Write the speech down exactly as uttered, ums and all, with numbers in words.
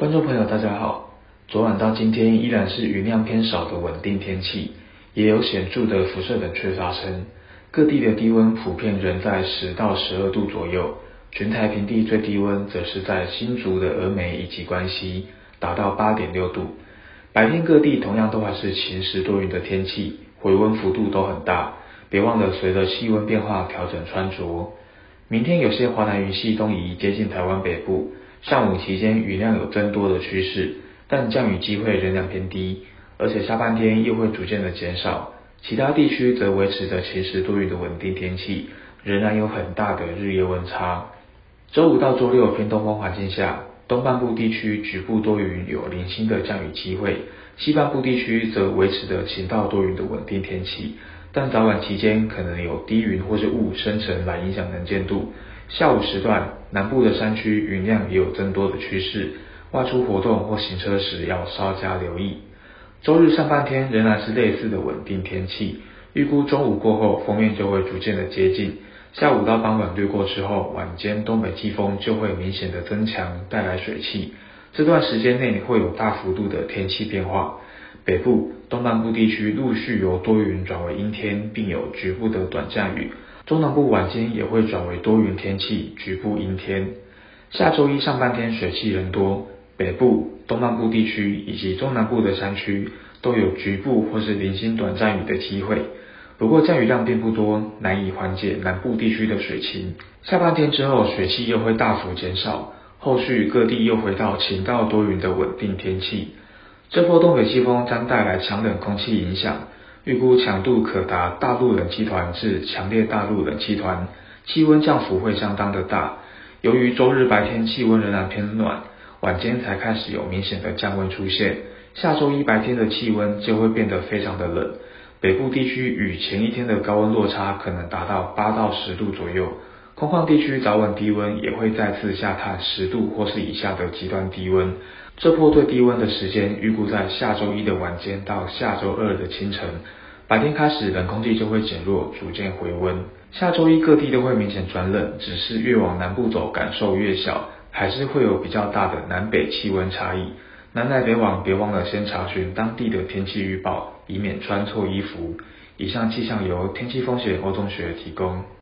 观众朋友大家好，昨晚到今天依然是云量偏少的稳定天气，也有显著的辐射冷却发生，各地的低温普遍仍在十到十二度左右，全台平地最低温则是在新竹的峨眉以及关西达到 八点六度。白天各地同样都还是晴时多云的天气，回温幅度都很大，别忘了随着气温变化调整穿着。明天有些华南云系东移接近台湾北部，上午期间雨量有增多的趋势，但降雨机会仍然偏低，而且下半天又会逐渐的减少。其他地区则维持着晴时多云的稳定天气，仍然有很大的日夜温差。周五到周六偏东风环境下，东半部地区局部多云有零星的降雨机会，西半部地区则维持着晴到多云的稳定天气，但早晚期间可能有低云或是雾生成来影响能见度。下午时段，南部的山区云量也有增多的趋势，外出活动或行车时要稍加留意。周日上半天仍然是类似的稳定天气，预估中午过后锋面就会逐渐的接近，下午到傍晚掠过之后，晚间东北季风就会明显的增强，带来水汽，这段时间内会有大幅度的天气变化。北部、东半部地区陆续由多云转为阴天，并有局部的短暂雨，中南部晚间也会转为多云天气，局部阴天。下周一上半天水汽仍多，北部、东半部地区以及中南部的山区都有局部或是零星短暂雨的机会，不过降雨量并不多，难以缓解南部地区的水情。下半天之后水汽又会大幅减少，后续各地又回到晴到多云的稳定天气。这波东北季风将带来强冷空气影响，预估强度可达大陆冷气团至强烈大陆冷气团，气温降幅会相当的大。由于周日白天气温仍然偏暖，晚间才开始有明显的降温出现，下周一白天的气温就会变得非常的冷，北部地区与前一天的高温落差可能达到八到十度左右，空旷地区早晚低温也会再次下探十度或是以下的极端低温。这波最低温的时间预估在下周一的晚间到下周二的清晨，白天开始冷空气就会减弱，逐渐回温。下周一各地都会明显转冷，只是越往南部走感受越小，还是会有比较大的南北气温差异。南来北往别忘了先查询当地的天气预报，以免穿错衣服。以上气象由天气风险欧中学提供。